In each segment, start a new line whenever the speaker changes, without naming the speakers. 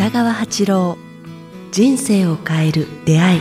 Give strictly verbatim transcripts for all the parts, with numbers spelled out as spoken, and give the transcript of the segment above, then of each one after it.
北川八郎、人生を変える出会い。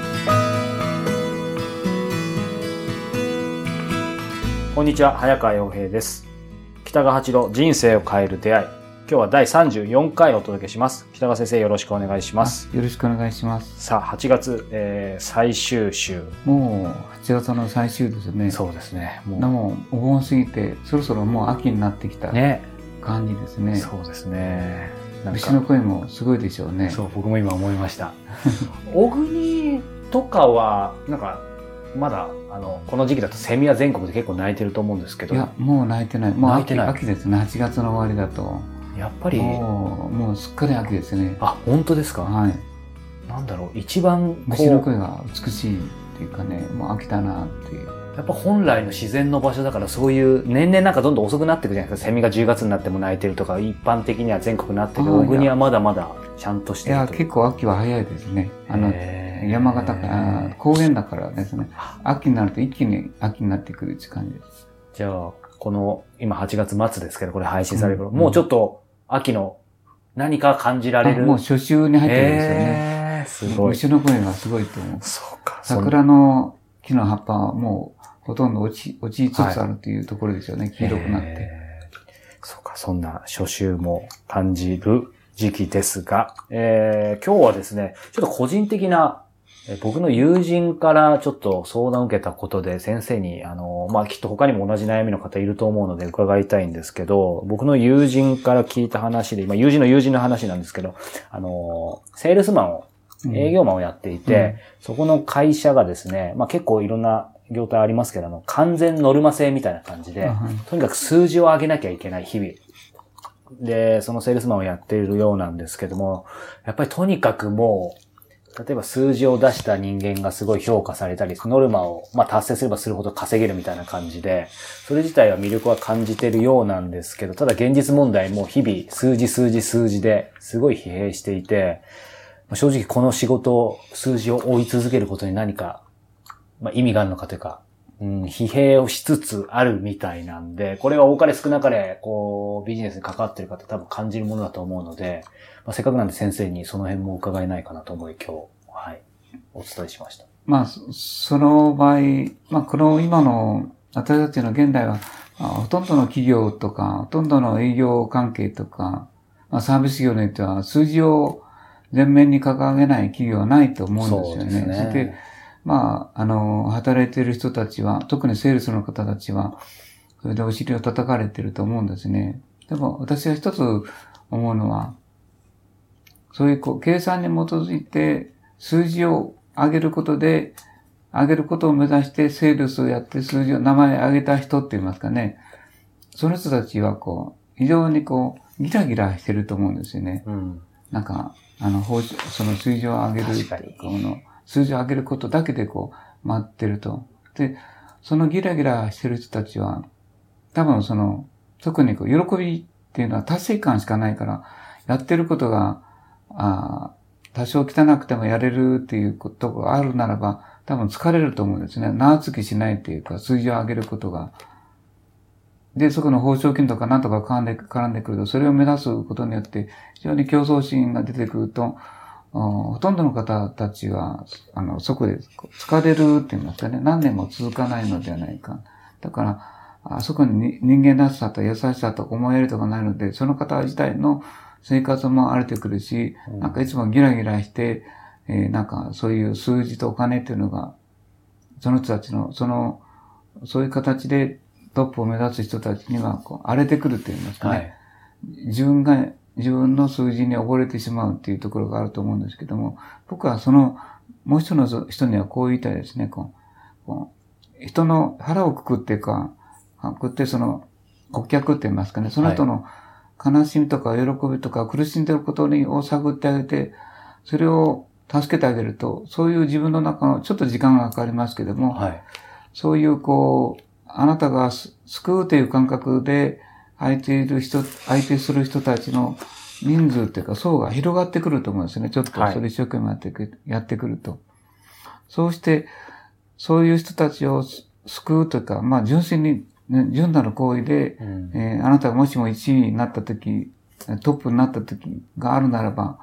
こんにちは、早川洋平です。北川八郎、人生を変える出会い。今日はだいさんじゅうよんかいお届けします。北川先生、よろしくお願いします。
よろしくお願いします。
さあ、はちがつ、えー、最終週。
もうはちがつの最終ですね。
そうですね。
もう、でもお盆過ぎて、そろそろもう秋になってきた感じですね。
ね、そうですね。
なんか牛の声もすごいでしょうね。
そう、僕も今思いました。小国とかは、なんか、まだ、あの、この時期だとセミは全国で結構鳴いてると思うんですけど。
いや、もう鳴いてない。もう
鳴いてない。
秋ですね。はちがつの終わりだと。
やっぱり。
もう、もうすっかり秋ですね。
あ、本当ですか？
はい。
なんだろう、一番
虫の声が美しいっていうかね、もう秋だなっていう。
やっぱ本来の自然の場所だからそういう年々なんかどんどん遅くなっていくじゃないですか。セミがじゅうがつになっても鳴いてるとか一般的には全国になってるけど、小国はまだまだちゃんとしてると。
いや、結構秋は早いですね。あの、山形から、高原だからですね。秋になると一気に秋になってくるって感じです。
じゃあ、この今はちがつ末ですけど、これ配信される頃、うん、もうちょっと秋の何か感じられる。
もう初秋に入ってるんですよね。
えー、すごい。
虫の声がすごいと思う。
そうか。
桜の木の葉っぱはもうほとんど落ち、落ちつつあるというところですよね。はい、黄色くなって、
えー。そうか、そんな初秋も感じる時期ですが、えー、今日はですね、ちょっと個人的な、え僕の友人からちょっと相談を受けたことで先生に、あの、まあ、きっと他にも同じ悩みの方いると思うので伺いたいんですけど、僕の友人から聞いた話で、まあ、友人の友人の話なんですけど、あの、セールスマンを、営業マンをやっていて、うん、そこの会社がですね、まあ、結構いろんな業態ありますけども、完全ノルマ制みたいな感じで、うん、とにかく数字を上げなきゃいけない日々。で、そのセールスマンをやっているようなんですけども、やっぱりとにかくもう、例えば数字を出した人間がすごい評価されたり、ノルマをまあ達成すればするほど稼げるみたいな感じで、それ自体は魅力は感じているようなんですけど、ただ現実問題も日々数字数字数字ですごい疲弊していて、正直この仕事、数字を追い続けることに何か、まあ、意味があるのかというか、うん、疲弊をしつつあるみたいなんで、これが多かれ少なかれ、こう、ビジネスに関わっている方多分感じるものだと思うので、まあ、せっかくなんで先生にその辺も伺えないかなと思い今日、はい、お伝えしました。
まあ、その場合、まあ、この今の私たちの現代は、まあ、ほとんどの企業とか、ほとんどの営業関係とか、まあ、サービス業によっては数字を前面に掲げない企業はないと思うんですよね。そうですね。で、まあ、あの、働いている人たちは、特にセールスの方たちは、それでお尻を叩かれていると思うんですね。でも、私は一つ思うのは、そういうこう計算に基づいて数字を上げることで、上げることを目指してセールスをやって数字を名前上げた人って言いますかね。その人たちはこう、非常にこう、ギラギラしてると思うんですよね。うん、なんか、あの、その数字を上げる、この数字を上げることだけでこう、待ってると。で、そのギラギラしてる人たちは、多分その、特にこう、喜びっていうのは達成感しかないから、やってることが、あ多少汚くてもやれるっていうことがあるならば、多分疲れると思うんですね。長続きしないっていうか、数字を上げることが。で、そこの報奨金とかなんとか絡んで、絡んでくると、それを目指すことによって、非常に競争心が出てくると、ほとんどの方たちは、あの、そこで疲れるって言いますかね。何年も続かないのではないか。だから、あそこに人間らしさと優しさと思えるとかないので、その方自体の生活も荒れてくるし、なんかいつもギラギラして、えー、なんかそういう数字とお金っていうのが、その人たちの、その、そういう形でトップを目指す人たちには、こう、荒れてくるって言いますかね。はい、自分が、自分の数字に溺れてしまうっていうところがあると思うんですけども、僕はその、もう一人の人にはこう言いたいですね。こう、こう人の腹をくくってか、くくってその、顧客って言いますかね。その人の、はい悲しみとか喜びとか苦しんでいることにを探ってあげて、それを助けてあげると、そういう自分の中の、ちょっと時間がかかりますけども、はい、そういうこう、あなたが救うという感覚で相手いる人、相手する人たちの人数っていうか層が広がってくると思うんですね。ちょっとそれ一生懸命やってく、はい、やってくると。そうして、そういう人たちを救うというか、まあ純粋にね、純なる行為で、うんえー、あなたがもしもいちいになったとき、トップになったときがあるならば、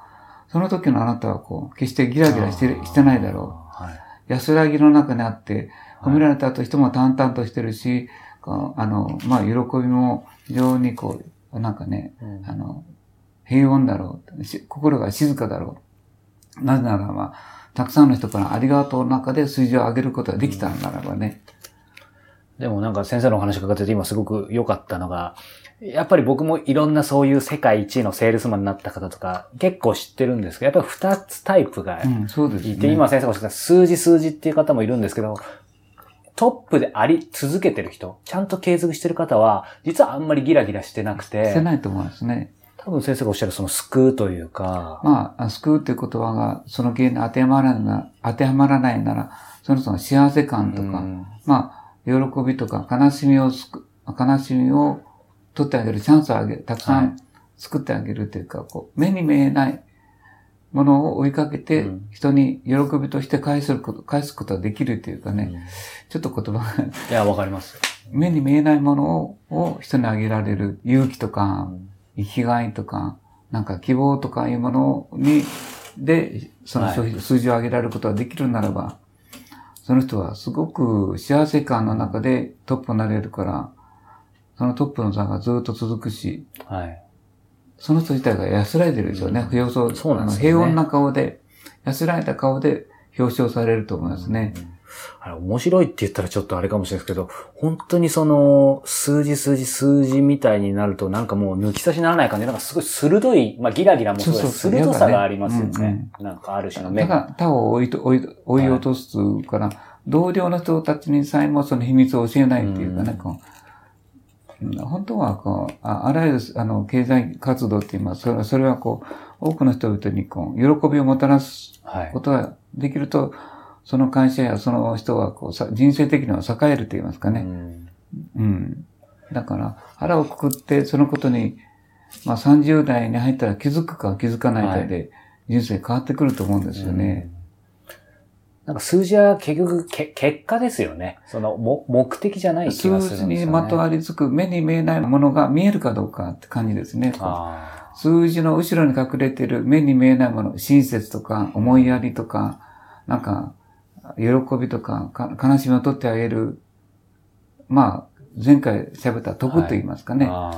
その時のあなたはこう、決してギラギラして、してないだろう。
はい。
安らぎの中にあって、褒められた後人も淡々としてるし、こうあの、まあ、喜びも非常にこう、なんかね、うん、あの、平穏だろう。心が静かだろう。なぜならば、たくさんの人からありがとうの中で数字を上げることができたならばね。
うん、でもなんか先生のお話伺ってて今すごく良かったのが、やっぱり僕もいろんなそういう世界一位のセールスマンになった方とか結構知ってるんですけど、やっぱり二つタイプがいて、うんそうですね、今先生がおっしゃった数字数字っていう方もいるんですけど、トップであり続けてる人、ちゃんと継続してる方は、実はあんまりギラギラしてなくて。
してないと思いますね。
多分先生がおっしゃるその救うというか。
まあ、救うという言葉がその原因に当てはまらないなら、当てはまらないなら、その人の幸せ感とか、うん、まあ、喜びとか悲しみを救う、悲しみを取ってあげるチャンスをあげる、たくさん作ってあげるというか、はい、こう、目に見えないものを追いかけて、人に喜びとして返すこと、返すことができるというかね、うん、ちょっと言葉が。
いや、わかります。
目に見えないものを、を人にあげられる勇気とか、うん生きがいとか、なんか希望とかいうものに、で、その数字を上げられることができるならば、はい、その人はすごく幸せ感の中でトップになれるから、そのトップの座がずっと続くし、はい、その人自体が安らいでるでしょうね。表彰、そうなんですね。平穏な顔で、安らいだ顔で表彰されると思いますね。うん
あれ面白いって言ったらちょっとあれかもしれないですけど、本当にその、数字数字数字みたいになるとなんかもう抜き差しならない感じで、なんかすごい鋭い、まあギラギラもそうです。鋭さがありますよね。ねうんうん、なんかある種の目が。
だから他を追いと追い、追い落とすから、はい、同僚の人たちにさえもその秘密を教えないっていうかね、うん、こう本当はこう、あ, あらゆるあの経済活動って言います。それそれはこう、多くの人々にこう、喜びをもたらすことができると、はいその会社やその人はこう人生的には栄えると言いますかね。うん。うん、だから腹をくくってそのことに、まあさんじゅう代に入ったら気づくか気づかないかで人生変わってくると思うんですよね。はいうん、
なんか数字は結局け結果ですよね。そのも目的じゃない気がするんですよね。
数字にまとわりつく目に見えないものが見えるかどうかって感じですね。あ数字の後ろに隠れている目に見えないもの、親切とか思いやりとか、なんか喜びとか悲しみを取ってあげる。まあ、前回喋った徳と言いますかね。はい、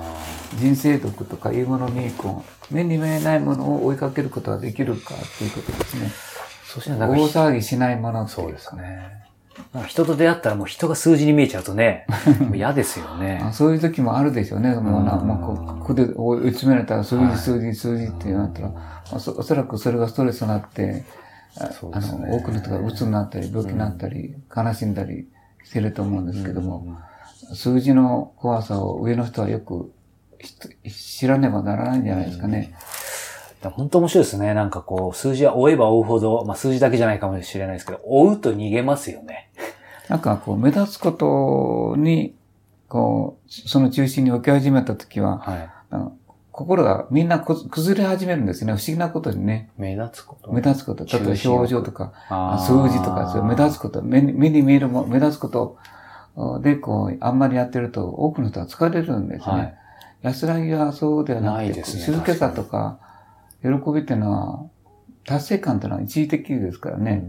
人生徳とかいうものに、こう、目に見えないものを追いかけることができるかっていうことですね。
そして
大騒ぎしないものっていう。
そうですね。人と出会ったらもう人が数字に見えちゃうとね、もう嫌ですよね
そういう時もあるでしょうね。もうな、もうここで追い詰められたら数字、数字、数字ってなったら、おそ、おそらくそれがストレスになって、あの、多くの人が鬱になったり、病気になったり、悲しんだりしてると思うんですけども、数字の怖さを上の人はよく知らねばならないんじゃないですかね。
本当面白いですね。なんかこう、数字は追えば追うほど、まあ数字だけじゃないかもしれないですけど、追うと逃げますよね。
なんかこう、目立つことに、こう、その中心に置き始めたときは、はい、心がみんな崩れ始めるんですね。不思議なことにね。
目立つこと
目立つこと。例えば表情とか、数字とか、そういう目立つこと目に、目に見えるも、目立つことで、こう、あんまりやってると、多くの人は疲れるんですね。はい、安らぎはそうではなくて、ないですね、静けさとか、喜びっていうのは、達成感っていうのは一時的ですからね。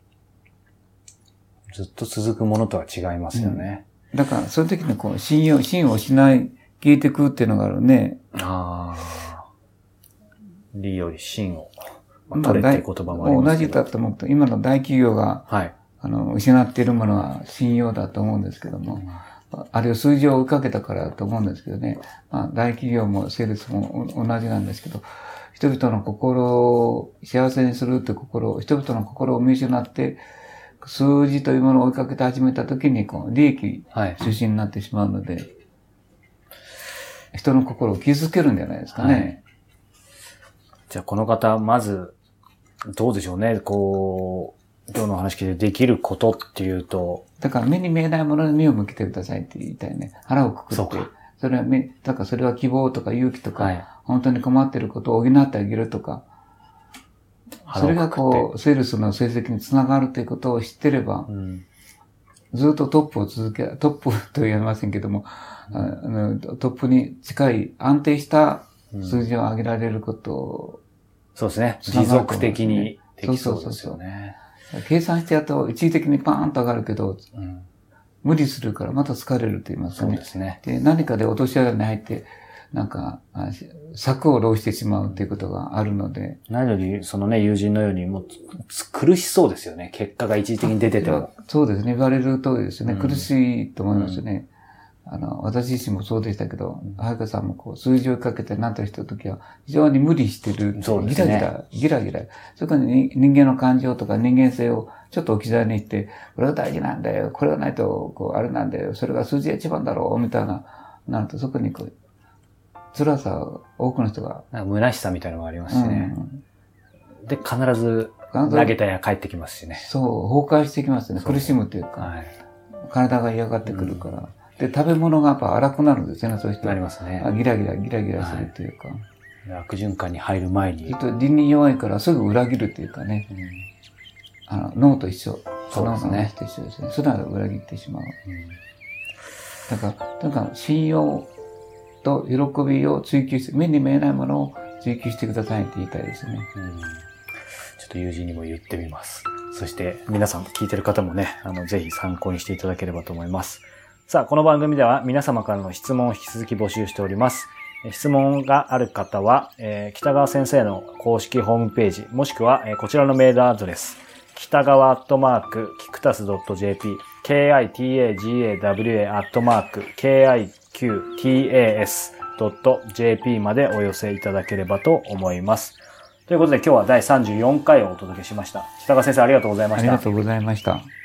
うん、ずっと続くものとは違いますよね。
うん、だから、そういう時にこう、信用、信用しない、聞いてくっていうのがあるね。
ああ。利より信を、まあ、取れっていう言葉もありますけど。
同じだと思うと、今の大企業が、はい、あの、失っているものは信用だと思うんですけども、うん、あるいは数字を追いかけたからだと思うんですけどね。まあ、大企業もセールスも同じなんですけど、人々の心を幸せにするという心を、人々の心を見失って、数字というものを追いかけて始めたときに、こう、利益中心になってしまうので、はい、人の心を傷つけるんじゃないですかね。はい、
じゃあこの方、まず、どうでしょうね。こう、今日の話聞いてできることっていうと。
だから目に見えないものに目を向けてくださいって言いたいね。腹をくくって。そうか。それは目、だからそれは希望とか勇気とか、はい、本当に困っていることを補ってあげるとか、それがこう、セールスの成績につながるということを知ってれば、うん、ずっとトップを続け、トップとは言いませんけども、うん、あのトップに近い安定した数字を上げられること
そうですね。持続的にできそうですよね。
そうそうそうそう計算してやると一時的にパーンと上がるけど、うん、無理するからまた疲れると言いますかね。
そうですね。
で、何かで落とし穴に入って、なんか、策を浪してしまうということがあるので。
何より、そのね、友人のように、もう、苦しそうですよね。結果が一時的に出てても。
そうですね。言われる通りですね。うん、苦しいと思いますね。うん、あの、私自身もそうでしたけど、早川さんもこう、数字をかけて何としたときは、非常に無理してる。
そうですね。
ギラギラ、ギラギラ。それから人間の感情とか人間性をちょっと置き去りにして、これが大事なんだよ。これがないと、こう、あれなんだよ。それが数字が一番だろう。みたいな、なると、そこにこう、辛さ、多くの人が。
なんか虚しさみたいなのがありますしね。うん、で、必ず投げたや帰ってきますしね。
そう、崩壊してきますね。苦しむというか。はい、体が嫌がってくるから、うん。で、食べ物がやっぱ荒くなるんですよね、そういう人は。
なりますね。
ギラギラ、ギラギラするというか。はい、
悪循環に入る前に。
きっと倫に弱いからすぐ裏切るというかね。うん、あの脳と一緒。
そうですね。
脳と一緒ですね。それは裏切ってしまう。うん、だから、とにかく信用と喜びを追求して、目に見えないものを追求してくださいって言いたいですね。
うん、ちょっと友人にも言ってみます。そして皆さん聞いてる方もね、あの、ぜひ参考にしていただければと思います。さあ、この番組では皆様からの質問を引き続き募集しております。質問がある方は、えー、北川先生の公式ホームページ、もしくは、えー、こちらのメールアドレス、北川アットマーク、キクタス .jp、kitagawa アットマーク、kiqtas.jp までお寄せいただければと思います。ということで今日はだいさんじゅうよんかいをお届けしました。北川先生ありがとうございました。
ありがとうございました。